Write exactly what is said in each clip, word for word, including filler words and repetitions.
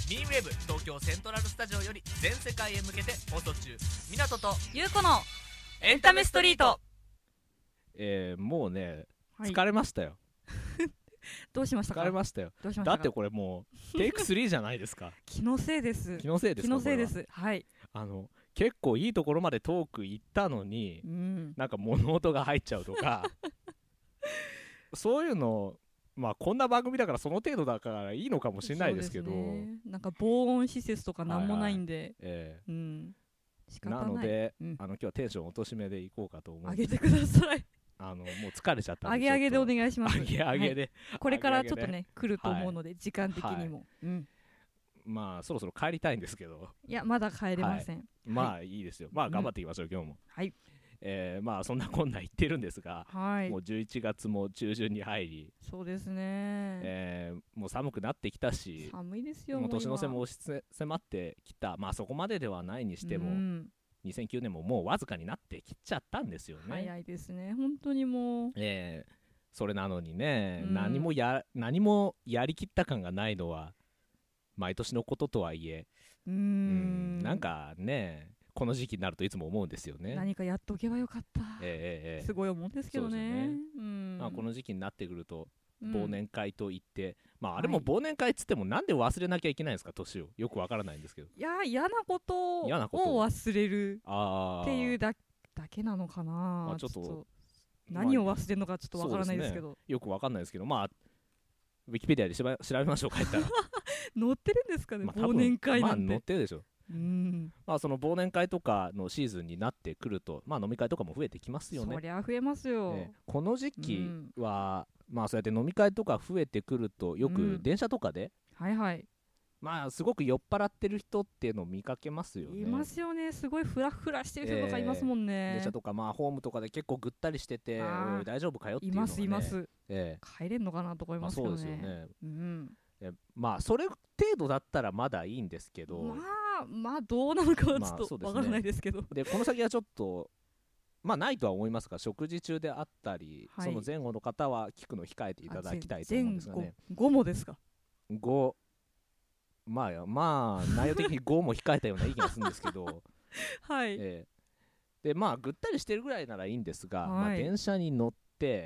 ミンウェブ東京セントラルスタジオより全世界へ向けて放送中、港とゆうこのエンタメストリート。 えー、もうね、 はい疲れましたよ。 どうしましたか？ 疲れましたよ。 どうしましたか？ だってこれもうテイクスリーじゃないですか。 気のせいです気のせいですか？ 気のせいでこれはす。はい、 あの結構いいところまでトーク行ったのに、 うん、 なんか物音が入っちゃうとかそういうの、まあこんな番組だからその程度だからいいのかもしれないですけど、 そうですね、なんか防音施設とかなんもないんで、 えうん、仕ー、 方ない。 なので、 うん、 あの今日はテンション落とし目でいこうかと思うん上ですげてください。 あのもう疲れちゃったんで、 上げ上げでおい願いします。 上げ上げで、 はい、これからちょっと上げ上げね来ると思うので、時間的にも、うん、 まあそろそろ帰りたいんですけど、 いやまだ帰れません。 まあいいですよ。まあ頑張っていきましょう、今日も。 はい、 えー、まあそんなこんな言ってるんですが、 はい、 もうじゅういちがつも中旬に入り、 そうですね、 えー、もう寒くなってきたし、 寒いですよ。 もう年の瀬もう押し迫ってきた。まあそこまでではないにしても、 うん、 にせんきゅうねんももうわずかになってきちゃったんですよね。 早いですね本当にもう、 えー、それなのにね、 うん、 何もや何もやりきった感がないのは毎年のこととはいえ、 うーん、 うんなんかね、この時期になるといつも思うんですよね。 何かやっとけばよかった、 えーえーえー、 すごい思うんですけどね。 そうですよね。 うん、 まあ、この時期になってくるとうん忘年会といって、まああれもはい忘年会っつってもなんで忘れなきゃいけないんですか、年を。よくわからないんですけど。 いや嫌なことを嫌なこと忘れるあっていうだだけなのかな、 まあちょっと何を忘れるのかちょっとわからないですけど、 ね、よくわかんないですけど、まあウィキペディアでしば調べましょうか、帰ったら載ってるんですかね、 まあ忘年会なんて。 まあ載ってるでしょ。 うんまあその忘年会とかのシーズンになってくると、まあ飲み会とかも増えてきますよね。 そりゃ増えますよ、 ね、この時期は、うん、まあそうやって飲み会とか増えてくると、よく電車とかで、 うん、はいはい、 まあすごく酔っ払ってる人っていうのを見かけますよね。 いますよね、すごいフラフラしてる人とかいますもんね、 えー、電車とかまあホームとかで結構ぐったりしてて、おい大丈夫かよっていうのが、ね、 いますいます、 えー、 帰れんのかなと思いますけどね、 まあ、そうですよね、 うん、 えまあそれ程度だったらまだいいんですけど、 まあまあどうなのかはちょっとまあわからないですけど、 でこの先はちょっとまあないとは思いますが、食事中であったり、はい、その前後の方は聞くの控えていただきたいと思うんですがね。 ごもですか？ ごまあまあ内容的にごも控えたようないい気がするんですけどはい、 えー、でまあぐったりしてるぐらいならいいんですが、 はい、 まあ、電車に乗って、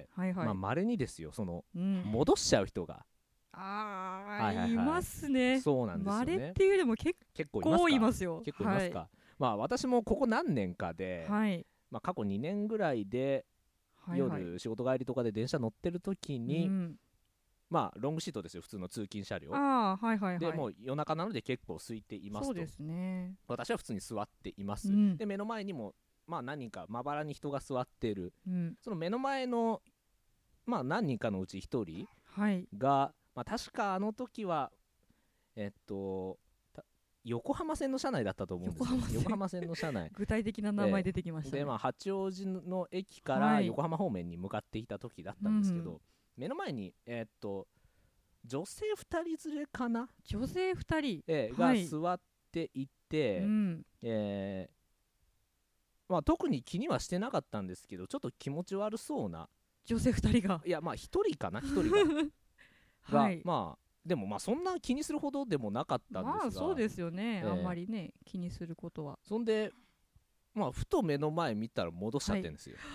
はいはい、 まあ稀にですよ、その、 うん、 戻しちゃう人があー、 はいはいはい、 いますね。 そうなんですよね。 稀っていうよりも結構いますよ。 結構いますか、はい、まあ私もここ何年かで、 はい、 まあ、過去にねんぐらいで、はいはい、夜仕事帰りとかで電車乗ってる時に、うん、まあロングシートですよ、普通の通勤車両。 あ、はいはいはい、 でもう夜中なので結構空いていますと。 そうですね、 私は普通に座っています、 うん、 で目の前にもまあ何人かまばらに人が座ってる、 うん、 その目の前のまあ何人かのうちひとりが、はい、まあ、確かあの時はえっと横浜線の車内だったと思うんですよ。横浜線、横浜線の車内具体的な名前出てきましたね。 で、まあ、八王子の駅から横浜方面に向かっていた時だったんですけど、はい、目の前にえー、っと女性ふたり連れかな、 女性ふたり、 えーはい、が座っていて、うんえーまあ、特に気にはしてなかったんですけど、ちょっと気持ち悪そうな女性ふたりが、 いやまあひとりかな、ひとりがが、はい、まあでもまあそんな気にするほどでもなかったんですが、 まあそうですよね、えー、あんまりね気にすることは。 そんでまあふと目の前見たら戻しちゃってるんですよ、はい、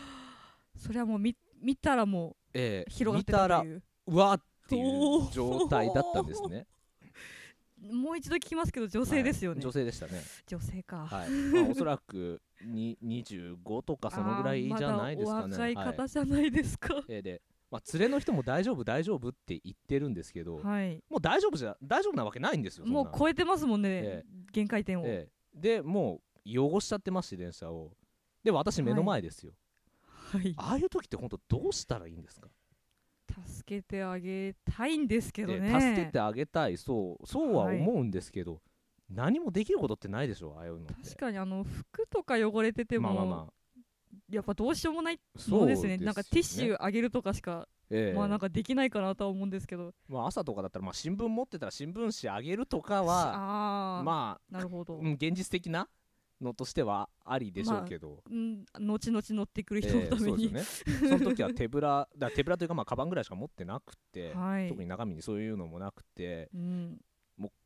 それはもう 見, 見たらもう、えー、広がってたという、見たらうわーっていう状態だったんですね。 もう一度聞きますけど女性ですよね、 はい、女性でしたね。 女性か、 はい、まあ、おそらくににじゅうごとかそのぐらいじゃないですかね。 まだお若い方じゃないですか、はい、 えー、でまあ、連れの人も大丈夫大丈夫って言ってるんですけど、はい、もう大丈夫じゃ大丈夫なわけないんですよ。 もう超えてますもんね、えー、限界点を、 えー、でもう汚しちゃってますし電車を。で私目の前ですよ、はい、ああいう時って本当どうしたらいいんですか？ 助けてあげたいんですけどね。 助けてあげたい、そうそうは思うんですけど、はい、何もできることってないでしょ、ああいうのって。 確かにあの服とか汚れてても、まあまあまあ、やっぱどうしようもないものですね。なんかティッシュあげるとかしか、えー、まあなんかできないかなとは思うんですけど、 まあ、朝とかだったらまあ新聞持ってたら新聞紙あげるとかはあまあなるほど、 現実的なのとしてはありでしょうけど、 まあ、うん、後々乗ってくる人のために、 えー、そうですよね。その時は手ぶらだ手ぶらというかまあカバンぐらいしか持ってなくて、はい、特に中身にそういうのもなくて、うん、もう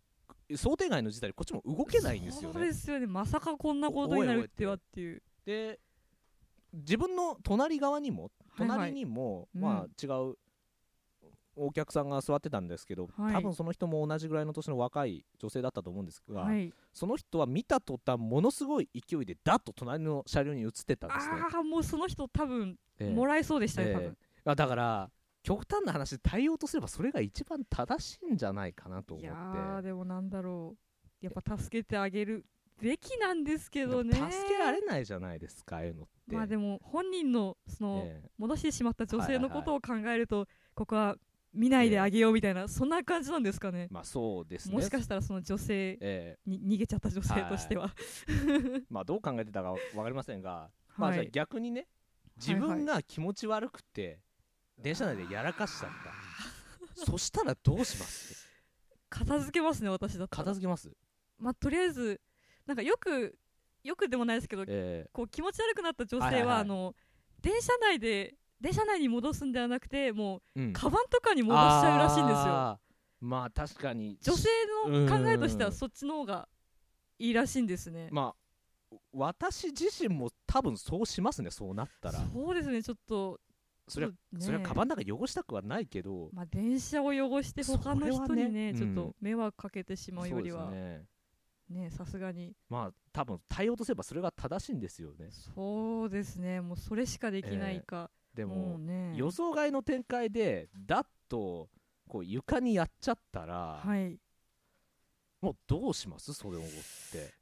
想定外の事態でこっちも動けないんですよね。 そうですよね、まさかこんなことになるってはっていう。 で自分の隣側にも隣にも、はいはい、まあ、うん、違うお客さんが座ってたんですけど、はい、多分その人も同じぐらいの年の若い女性だったと思うんですが、はい、その人は見た途端ものすごい勢いでダッと隣の車両に移ってったんですね。 ああ、もうその人多分、えー、もらえそうでしたね、多分、 えー、だから極端な話で対応とすればそれが一番正しいんじゃないかなと思って。いやーでもなんだろう、やっぱ助けてあげるべきなんですけどね。 助けられないじゃないですか、ああいうのって。 まあでも本人のその、えー、戻してしまった女性のことを考えると、はいはいはい、ここは見ないであげようみたいな、えー、そんな感じなんですかね。 まあそうですね。 もしかしたらその女性に逃げちゃった女性としては、 はい、まあどう考えてたか分かりませんが、はい、まあじゃあ逆にね、自分が気持ち悪くて、はいはい、電車内でやらかしちゃったそしたらどうします？ 片付けますね、私だったら。 片付けます？ まあとりあえずなんかよくよくでもないですけど、えー、こう気持ち悪くなった女性は、はいはいはい、あの電車内で電車内に戻すんではなくて、もう、うん、カバンとかに戻しちゃうらしいんですよ。 まあ確かに女性の考えとしてはそっちの方がいいらしいんですね。 まあ私自身も多分そうしますね、そうなったら。 そうですね、ちょっとそれは、ね、それはカバンの中汚したくはないけど、 まあ、電車を汚して他の人に ね, ねちょっと迷惑かけてしまうよりは、ね、ね、さすがにまあ多分対応とすればそれが正しいんですよね。 そうですね、もうそれしかできないか、 えー、でも、ね、予想外の展開でダッとこう床にやっちゃったら、はい、もうどうします？それを追って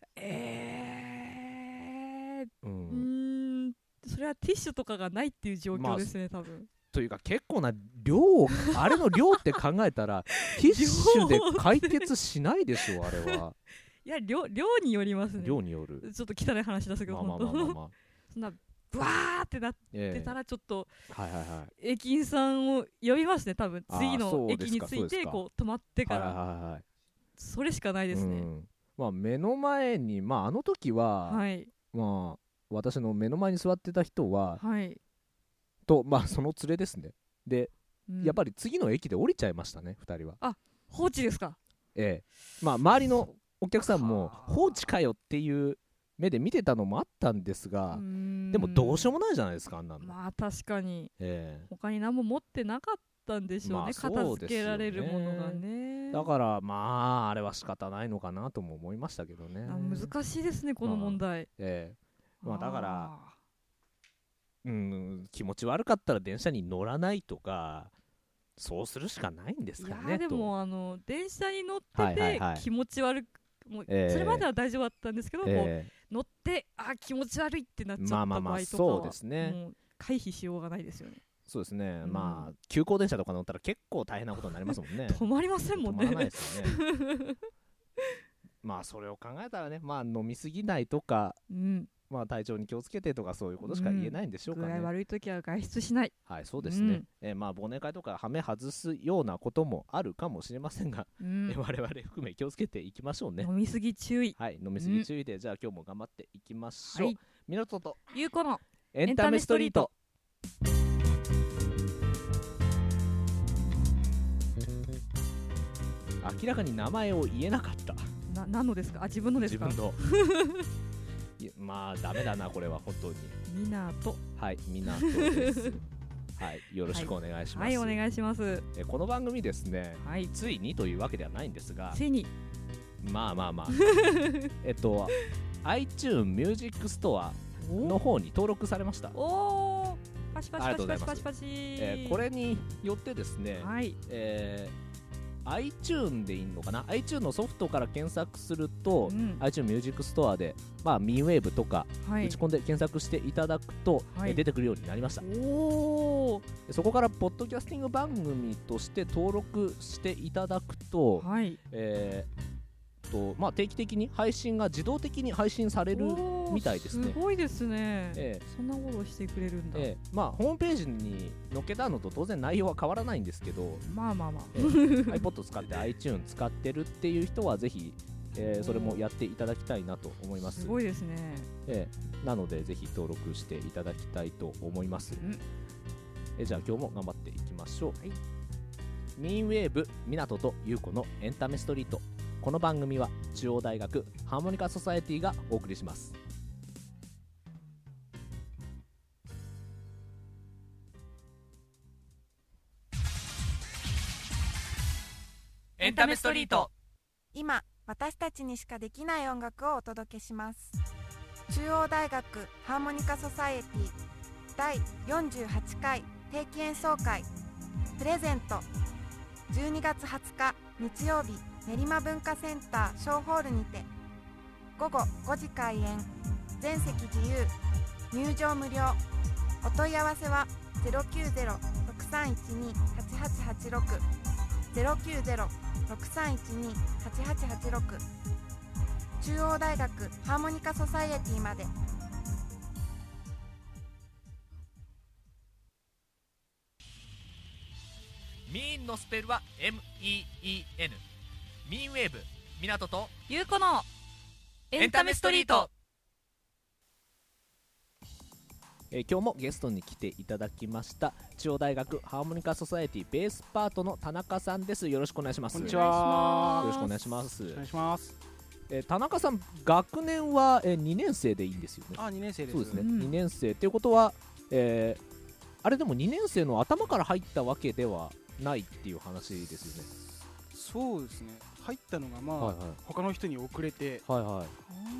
えー、うん、うんそれはティッシュとかがないっていう状況ですね、まあ、多分というか結構な量あれの量って考えたらティッシュで解決しないでしょあれは。 いや 量, 量によりますね。 量による。 ちょっと汚い話ですけど、まあまあまあまあ、まあ、そんなブワーってなってたらちょっと、えーはいはいはい、駅員さんを呼びますね、多分次の駅に着いてこう止まってから、はいはいはい、それしかないですね。うん、 まあ、目の前に、まあ、あの時は、はい、まあ、私の目の前に座ってた人は、はい、と、まあ、その連れですね。で、うん、やっぱり次の駅で降りちゃいましたね、ふたりは。 あ、放置ですか。 ええ、まあ、周りのお客さんも放置かよっていう目で見てたのもあったんですが、でもどうしようもないじゃないですか、あんなの。 まあ確かに、ええ、他に何も持ってなかったんでしょうね、まあ、そうですよね、片付けられるものがね。 だからまああれは仕方ないのかなとも思いましたけどね。 難しいですね、この問題。まあ、 ええ、まあだからうん、気持ち悪かったら電車に乗らないとかそうするしかないんですかね。 いやでもあの電車に乗ってて気持ち悪く、もうそれまでは大丈夫だったんですけど、えー、こう乗ってあ気持ち悪いってなっちゃった場合とかは、まあまあまあそうですね、もう回避しようがないですよね。 そうですね、うん、まあ急行電車とか乗ったら結構大変なことになりますもんね。 止まりませんもんね。 止まらないですよね。まあそれを考えたらね、まあ飲みすぎないとか、うん、まあ体調に気をつけてとかそういうことしか言えないんでしょうかね。 具合悪い時は外出しない。 はい、そうですね、うん、えー、まあ忘年会とかハメ外すようなこともあるかもしれませんが、うん、えー、我々含め気をつけていきましょうね。 飲みすぎ注意。 はい、飲みすぎ注意で、うん、じゃあ今日も頑張っていきましょう。はい、港とゆうこのエンタメストリート。明らかに名前を言えなかった。 な、何のですか？あ、自分のですか？ 自分のまあダメだなこれは本当に。 みなと。 はい、みなとです。はい、よろしくお願いします。 はい、はい、お願いします。 えこの番組ですね、はい、ついにというわけではないんですが、 ついにまあまあまあえっと iTunes Music Store の方に登録されました。 おー、パチパチパチパチパチパチ、 えー、これによってですね、はい、えーiTunes でいいのかな、 iTunes のソフトから検索すると、うん、iTunes Music Store で、まあ、ミンウェーブとか打ち込んで検索していただくと、はい、え出てくるようになりました。おそこからポッドキャスティング番組として登録していただくと、はい、えーとまあ、定期的に配信が自動的に配信されるみたいですね。 すごいですね、ええ、そんなことしてくれるんだ、ええ、 まあ、ホームページに載っけたのと当然内容は変わらないんですけど、 まあまあまあ、 ええ、iPod 使って iTunes 使ってるっていう人はぜひ、えー、それもやっていただきたいなと思います。 すごいですね、 ええ、なのでぜひ登録していただきたいと思います。えじゃあ今日も頑張っていきましょう。はい、ミンウェーブ港とゆうこのエンタメストリート。 この番組は中央大学ハーモニカソサエティがお送りします。 エンタメストリート。 今私たちにしかできない音楽をお届けします。中央大学ハーモニカソサエティだいよんじゅうはちかい定期演奏会プレゼント。じゅうにがつはつか日曜日、練馬文化センター小ホールにてごごごじ開演。全席自由、入場無料。お問い合わせは ゼロきゅうゼロ ろくさんいちに はちはちはちろく ゼロきゅうゼロ ろくさんいちに はちはちはちろく、中央大学ハーモニカソサエティまで。 ミーンのスペルは エムイーイーエヌ。 ミーンウェーブ、港とゆうこのエンタメストリート。 えー、今日もゲストに来ていただきました中央大学ハーモニカソサエティベースパートの田中さんです。よろしくお願いします。 こんにちは。 よろしくお願いします。 お願いします。 えー、田中さん、学年は、えー、にねん生でいいんですよね。 あ、にねん生です。 そうですね、 うん、 にねん生ということは、えー、あれでもにねん生の頭から入ったわけではないっていう話ですよね。 そうですね、入ったのがまあ、はいはい、他の人に遅れて、 はいはい、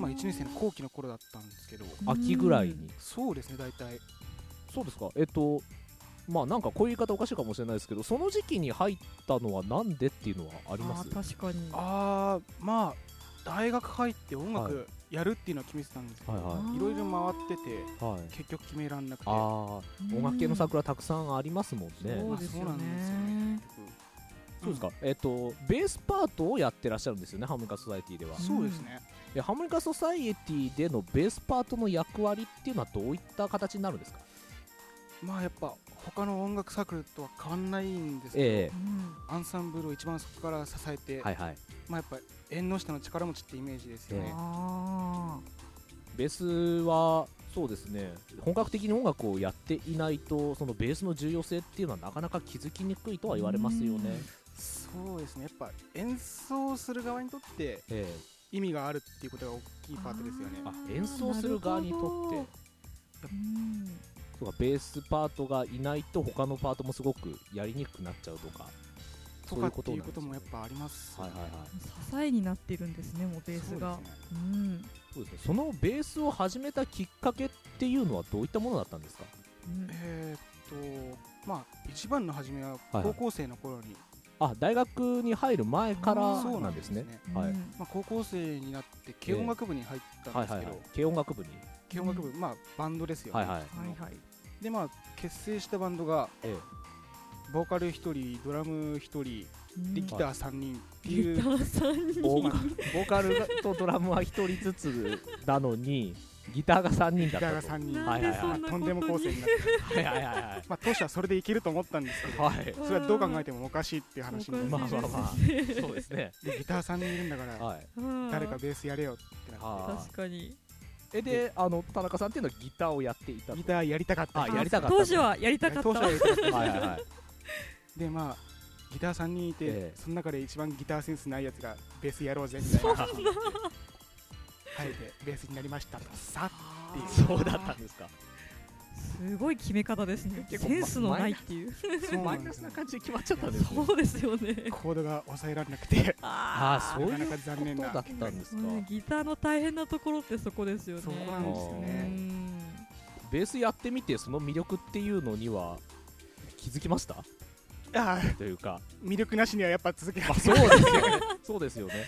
まあ、いちねん生の後期の頃だったんですけど、 秋ぐらいに。 そうですね、大体。 そうですか。えっとまあなんかこういう言い方おかしいかもしれないですけど、その時期に入ったのはなんでっていうのはあります？ あ、確かに。 あー、まあ大学入って音楽やるっていうのは決めてたんですけど、はいはい、いろいろ回ってて、はい、結局決めらんなくて。 あ、音楽系のサークルはたくさんありますもんね。 そうですよね。 そうなんですよね。 そうですか。えっとベースパートをやってらっしゃるんですよね、ハーモニカソサエティでは。 そうですね。 でハーモニカソサエティでのベースパートの役割っていうのはどういった形になるんですか？ まあやっぱ他の音楽サークルとは変わんないんですけど、えー、アンサンブルを一番そこから支えて、はいはい、まあやっぱ縁の下の力持ちってイメージですよね。えー、 ベースはそうですね、本格的に音楽をやっていないとそのベースの重要性っていうのはなかなか気づきにくいとは言われますよね。 そうですね、やっぱ演奏する側にとって、えー、意味があるっていうことが大きいパートですよね。 あ、演奏する側にとって。そうか、ベースパートがいないと他のパートもすごくやりにくくなっちゃうとか、 とかっていうこともやっぱあります、ね。はいはいはい、 支えになっているんですね、もうベースが。 そうですね。そのベースを始めたきっかけっていうのはどういったものだったんですか？ うん、えー、っとまあ一番の初めは高校生の頃に、はいはい、あ、大学に入る前からなんですね。 はい、まあ、高校生になって軽音楽部に入ったんですけど、 軽音楽部に軽音楽部、まあバンドですよね。はいはいはい。でまあ結成したバンドが、ええ、ボーカルひとり、ドラムひとり、でギターさんにんっていう、 ギターさんにんボーカルとドラムはひとりずつなのにギターがさんにんだったと。ギターがさんにん、 はいはいはい、とんでも構成になってはいはいはいはい、まあ当初はそれでいけると思ったんですけど、はい、それはどう考えてもおかしいっていう話になって、まあまあまあそうですね。 でギターさんにんいるんだから、はい、誰かベースやれよってなって。 確かに。 えで、あの田中さんっていうのはギターをやっていた。 ギターやりたかった。 あ、やりたかった。 当時はやりたかった。当初はやりたかった。 はいはいはい。でまあギターさんにんいて、えー、その中で一番ギターセンスないやつがベースやろうぜみたいな。はい、でベースになりましたとさっていう。 そうだったんですか。 すごい決め方ですね。センスのないっていう。 マイナスな感じで決まっちゃったんですね。そうですよね。 コードが抑えられなくて、 ああ、そういうことだったんですか。 ギターの大変なところってそこですよね。 そこなんですよね。 ベースやってみてその魅力っていうのには気づきました？ ああ、 というか魅力なしにはやっぱ続けない。 そうですよね。そうですよね。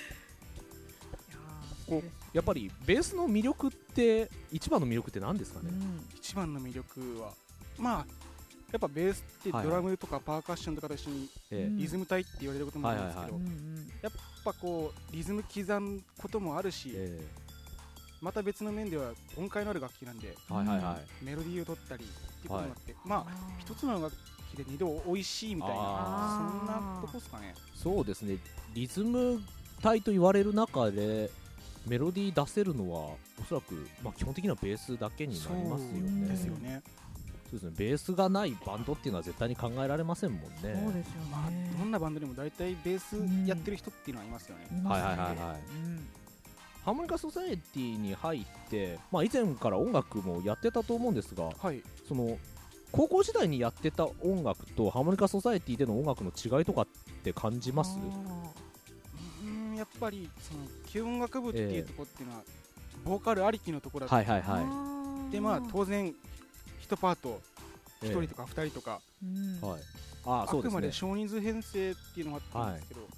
こうやっぱりベースの魅力って一番の魅力って何ですかね？うん、 一番の魅力はまあやっぱベースってドラムとかパーカッションとかと一緒にリズム隊って言われることもあるんですけど、やっぱこうリズム刻むこともあるし、えー、また別の面では音階のある楽器なんで、はいはいはい、メロディーを取ったりっていうこともあって、はい、まあ一つの楽器で二度美味しいみたいな、そんなとこですかね。 そうですね。リズム隊と言われる中でメロディー出せるのはおそらく、まあ、基本的にはベースだけになりますよね。 ですよね。 そうですね。ベースがないバンドっていうのは絶対に考えられませんもんね。 そうですよね。 まあ、どんなバンドでも大体ベースやってる人っていうのはいますよね、 うん、はいはいはいはい、うん、ハーモニカソサエティに入って、まあ、以前から音楽もやってたと思うんですが、はい、その高校時代にやってた音楽とハーモニカソサエティでの音楽の違いとかって感じます？ うん、やっぱりその軽音楽部っていうところっていうのは、えー、ボーカルありきのところだった、はいはいはい、でまあ当然いちパートひとりとかふたりとか、えーはい、あ, あ, そうです、ね、あくまで少人数編成っていうのがあったんですけど、はい、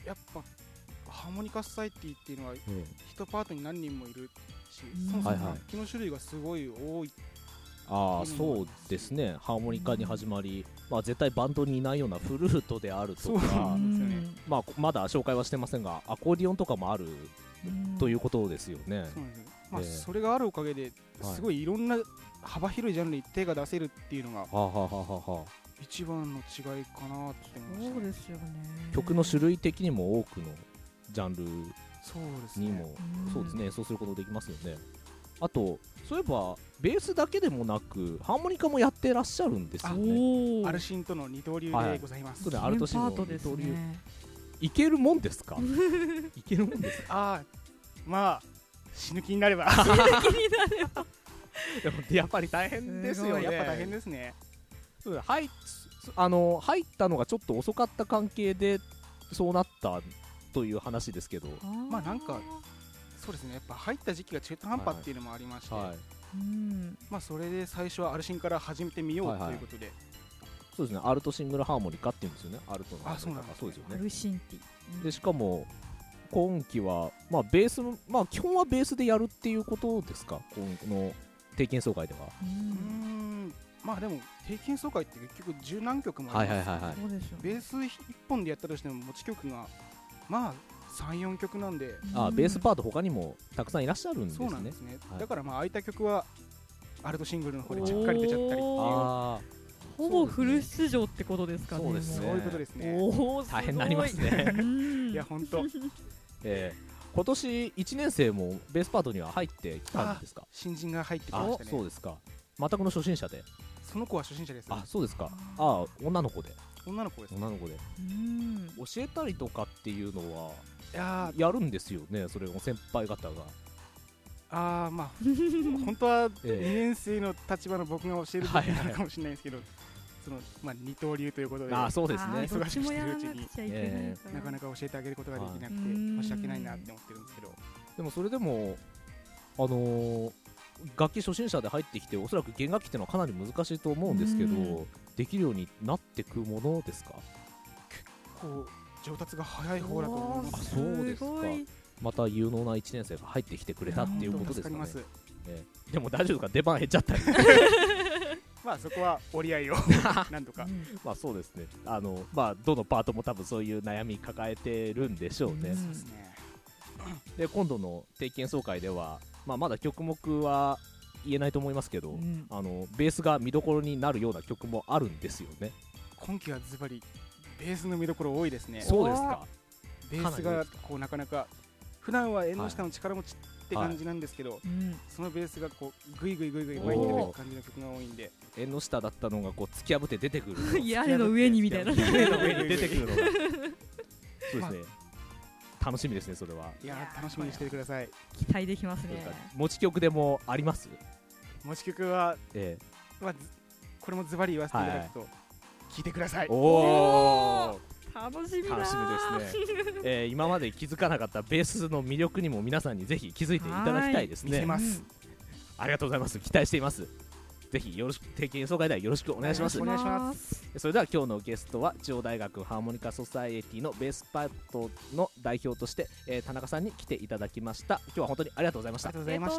やっぱハーモニカソサエティっていうのは、いちパートに何人もいるし、うん、そもそも楽器の種類がすごい多い。 ああそうですね、ハーモニカに始まり、うんまあ、絶対バンドにいないようなフルートであるとか、ねまあ、まだ紹介はしてませんがアコーディオンとかもあるということですよね。 そうですね、まあえー、それがあるおかげですごいいろんな幅広いジャンルに手が出せるっていうのが、はあはあはあ、一番の違いかなって思いました。 そうですよね、 曲の種類的にも多くのジャンルにもそうですね、演奏することできますよね。あとそういえばベースだけでもなくハーモニカもやってらっしゃるんですよね。 アルシンとの二刀流でございます。 はい、アルトシンの二刀流、いけるもんですか？いけるもんですか？ ああ、まあ死ぬ気になれば。 死ぬ気になれば。 でもやっぱり大変ですよね。 やっぱ大変ですね。 そう入あの入ったのがちょっと遅かった関係でそうなったという話ですけど、 まあなんかそうですね、やっぱ入った時期が中途半端っていうのもありまして、はいはい、うんまあそれで最初はアルシンから始めてみようということで、はいはい、 そうですね、アルトシングルハーモニカっていうんですよね、アルトのあそうなんです、 そうですよね。 アルシンティ、 うん、でしかも今期はまあベースまあ基本はベースでやるっていうことですか、この定期演奏会では。 うーんまあでも定期演奏会って結局十何曲もあります、はいはいはいはい、ベースいっぽんでやったとしても持ち曲がまあさん、よんきょくなんで、 あベースパート他にもたくさんいらっしゃるんですね。 そうなんですね、はい、だからまあ空いた曲はアルトシングルの方でしっかり出ちゃったりっていう、あほぼフル出場ってことですかね。 そうですね、 そういうことですね。 お大変になりますね。 いや本当、 えー、今年いちねん生もベースパートには入ってきたんですか？ 新人が入ってきましたね。 そうですか。全くの初心者で。 その子は初心者です、ね、 あそうですか。ああ女の子で。 女の子です、ね、 女の子で。うん教えたりとかっていうのはいややるんですよね、それを先輩方が。 ああまあ本当はにねん生の立場の僕が教える時になるかもしれないですけど、そのまあ二刀流ということで、 あそうですね、 忙しくしてるうちにえー、なかなか教えてあげることができなくて申し訳ないなって思ってるんですけど、 でもそれでもあのー、楽器初心者で入ってきておそらく弦楽器っていうのはかなり難しいと思うんですけど、できるようになっていくものですか？ 結構上達が早い方だと思います。 あそうですか。また有能ないちねん生が入ってきてくれたっていうことですかね。えー、でも大丈夫か、出番減っちゃったりまあそこは折り合いをなんとかまあそうですね、あのまあどのパートも多分そういう悩み抱えてるんでしょうね。 うん、そうですね。 で今度の定期演奏会では、まあ、まだ曲目は言えないと思いますけど、うん、あのベースが見どころになるような曲もあるんですよね。 今期はズバリベースの見どころ多いですね。 そうですか。 ベースがこうなかなか普段は縁の下の力持ちって感じなんですけど、はい、そのベースがこうグイグイグイグイ前に出てくる感じの曲が多いんで、 縁の下だったのがこう突き破って出てくる屋根の上にみたいな屋根の上に出てくるのがそうですね、まあ、楽しみですね。それはいや楽しみにしててください。 期待できますね。 持ち曲でもあります？ 持ち曲は、ええまあ、これもズバリ言わせていただくと、はい、聞いてください。 おお楽しみだ。 楽しみですね、えー、今まで気づかなかったベースの魅力にも皆さんにぜひ気づいていただきたいですね。 見せます、 うん、ありがとうございます。期待しています。ぜひよろしく定期演奏会ではよろしくお願いします。 お願いします。 それでは今日のゲストは中央大学ハーモニカソサエティのベースパートの代表として、えー、田中さんに来ていただきました。今日は本当にありがとうございました。 ありがとうございました。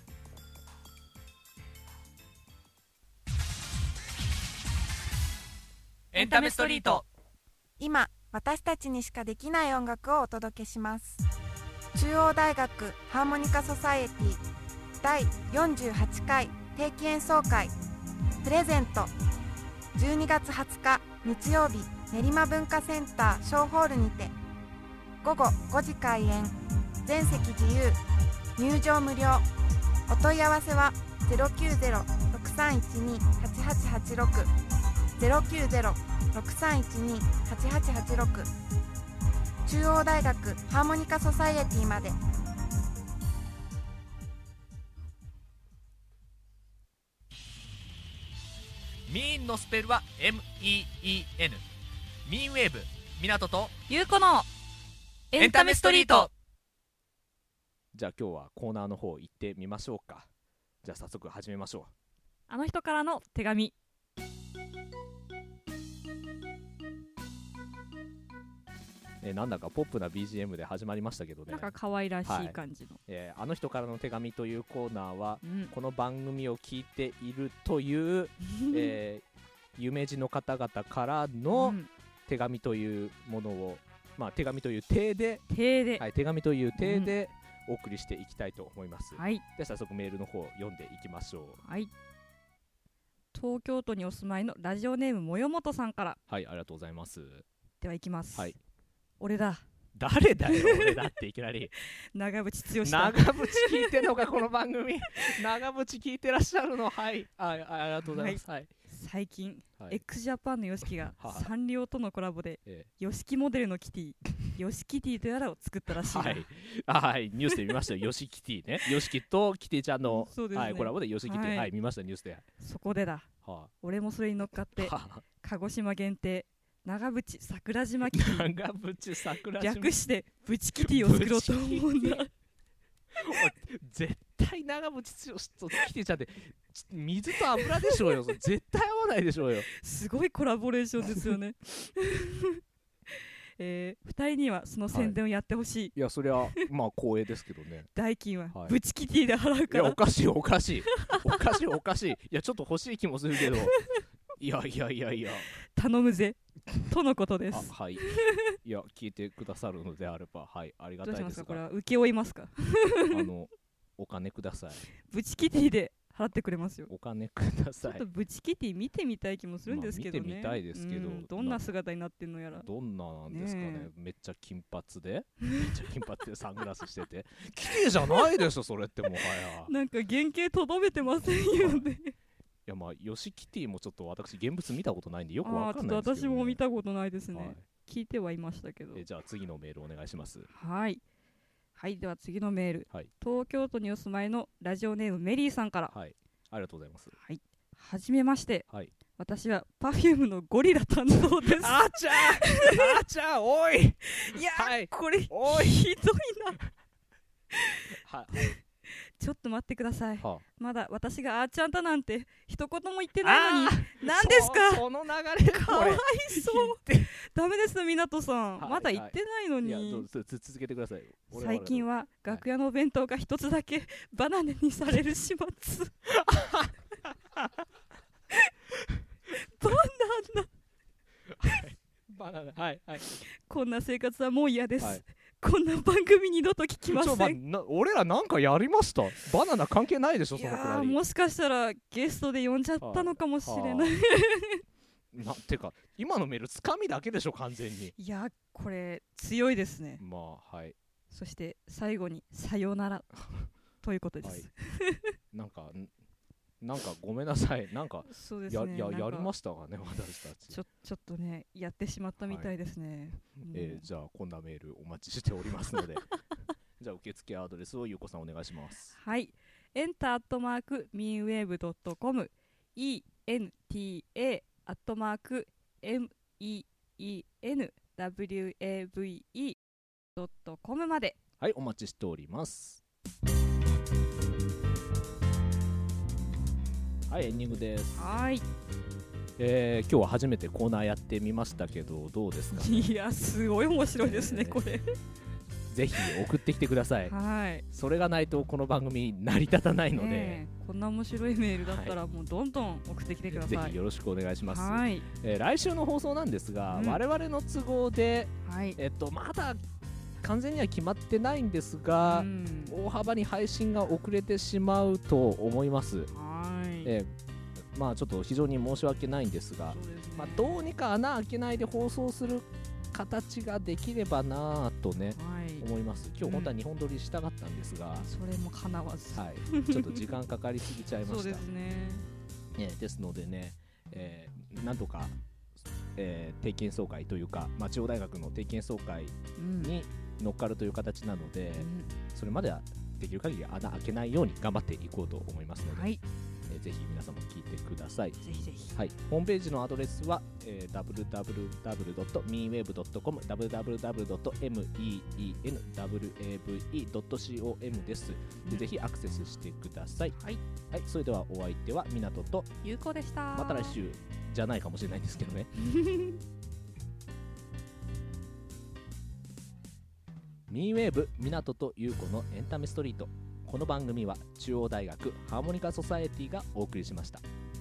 エンタメストリート。 今私たちにしかできない音楽をお届けします。中央大学ハーモニカソサエティだいよんじゅうはちかい定期演奏会プレゼント。じゅうにがつはつか日曜日、練馬文化センター小ホールにてごごごじ開演。全席自由、入場無料。お問い合わせは ゼロきゅうゼロ ろくさんいちに はちはちはちろく ゼロきゅうゼロろくさんいちに はちはちはちろく 中央大学ハーモニカソサエティまで。 ミーンのスペルは エムイーイーエヌ。 ミーンウェーブ港とゆうこのエンタメストリート。 じゃあ今日はコーナーの方行ってみましょうか。じゃあ早速始めましょう。 あの人からの手紙。 えなんだかポップな ビージーエム で始まりましたけどね。 なんか可愛らしい感じの、はいえー、あの人からの手紙というコーナーは、 うん、 この番組を聞いているという、えー、有名人の方々からの手紙というものを、まあ、手紙という体で手で、 はい、手紙という体でお送りしていきたいと思います、 うんはい、 で早速メールの方読んでいきましょう。 はい、東京都にお住まいのラジオネームもよもとさんから。 はい、ありがとうございます。 ではいきます。 はい、 俺だ。 誰だよ俺だっていきなり長渕剛だ。長渕聞いてんのかこの番組長渕聞いてらっしゃるの。はいあ あ, ありがとうございます、はい、 最近、 はい、 x ジャパンの ヨシキがサンリオとのコラボで、 ええ、 ヨシキモデルのキティヨシキティとやらを作ったらしい。 はい、あはいニュースで見ましたよ。ヨシキティね。ヨシキとキティちゃんの、 ねはい、コラボでヨシキティ、 はいはい、見ましたニュースで。 そこでだ、はあ、俺もそれに乗っかって、はあ、鹿児島限定長渕桜島キティ長渕桜島略してブチキティを作ろうと思うんだ絶対長渕剛とキティちゃんって水と油でしょうよ絶対合わないでしょうよ。 すごいコラボレーションですよねえー、ふたりにはその宣伝をやってほしい、はい、 いやそれはまあ光栄ですけどね代金はブチキティで払うから。 いやおかしいおかしいおかしいおかしいいやちょっと欲しい気もするけどいやいやいやいや頼むぜとのことです。 あはいいや聞いてくださるのであればはいありがたいですが。 どうしますかこれは請け負いますかあのお金ください。 ブチキティで払ってくれますよ。 お金ください。 ちょっとブチキティ見てみたい気もするんですけどね、 まあ、見てみたいですけど、うん、 どんな姿になってんのやら。 どんななんですか ね, ねめっちゃ金髪でめっちゃ金髪でサングラスしててキティじゃないでしょそれってもはやなんか原型とどめてませんよねいやまあヨシキティもちょっと私現物見たことないんでよくわかんないんですけど、ね、 あちょっと私も見たことないですね、はい、聞いてはいましたけど。 えじゃあ次のメールお願いします。 はいはいでは次のメール、 はい、 東京都にお住まいのラジオネームメリーさんから。 はいありがとうございます。 はいはじめまして、 はい、 私は Perfume のゴリラ担当です。 あちゃーあちゃーおいいや、はい、これおいひどいなはちょっと待ってください、 はあ、 まだ私があーちゃんたなんて一言も言ってないのに何ですかそ, その流れかわいそうダメです港さん、はい、まだ言ってないのに、はい、いやどう続けてください。 最近は楽屋のお弁当が一つだけバナナにされる始末バナナはいバナナはいはいこんな生活はもう嫌です、はい、こんな番組二度と聞きません。 ちょ、ま、な俺らなんかやりました？バナナ関係ないでしょそのくらい。 もしかしたらゲストで呼んじゃったのかもしれない。 なてか今のメールつかみだけでしょ完全に。 いやこれ強いですね。 まあはい。 そして最後にさよならということです、はい、 なんかなんかごめんなさいなんかそうですね、 や, や, やりましたかね私たちちょちょっとねやってしまったみたいですね、 はいえー、じゃあこんなメールお待ちしておりますのでじゃあ受付アドレスをゆうこさんお願いします。 はいエンターアットマークミンウェーブドットコム エンターアットマーク ミンウェーブドットコム まではいお待ちしております。はいエンディングです。 はい、 えー、今日は初めてコーナーやってみましたけどどうですか、ね、 いやすごい面白いですね、えー、これぜひ送ってきてください。 はいそれがないとこの番組成り立たないので、 ね、こんな面白いメールだったらもうどんどん送ってきてください。 ぜひよろしくお願いします。 はい、 えー、来週の放送なんですが、うん、我々の都合で、 はいえっと、まだ完全には決まってないんですが、うん、大幅に配信が遅れてしまうと思います。 はいえーまあ、ちょっと非常に申し訳ないんですが、 そうですね、 まあ、どうにか穴開けないで放送する形ができればなとね、はい、思います。今日本当はにほん撮りしたかったんですが、うん、 それも叶わず、 はい、ちょっと時間かかりすぎちゃいました。 そうですね、 ねですのでね、えー、なんとかえー、定期演奏会というか、まあ、中央大学の定期演奏会に乗っかるという形なので、うん、それまではできる限り穴開けないように頑張っていこうと思いますので、はい、えー、ぜひ皆さんも聞いてください。 ぜひぜひ、 はい、ホームページのアドレスは、えー、ダブリューダブリューダブリュードットミーウェーブドットコム ダブリューダブリューダブリュードットメーブドットコム です。で、ぜひアクセスしてください。はい、はい、それではお相手は港とゆうこでした。 また来週じゃないかもしれないんですけどねミーウェーブ港とゆうこのエンタメストリート。この番組は中央大学ハーモニカソサエティがお送りしました。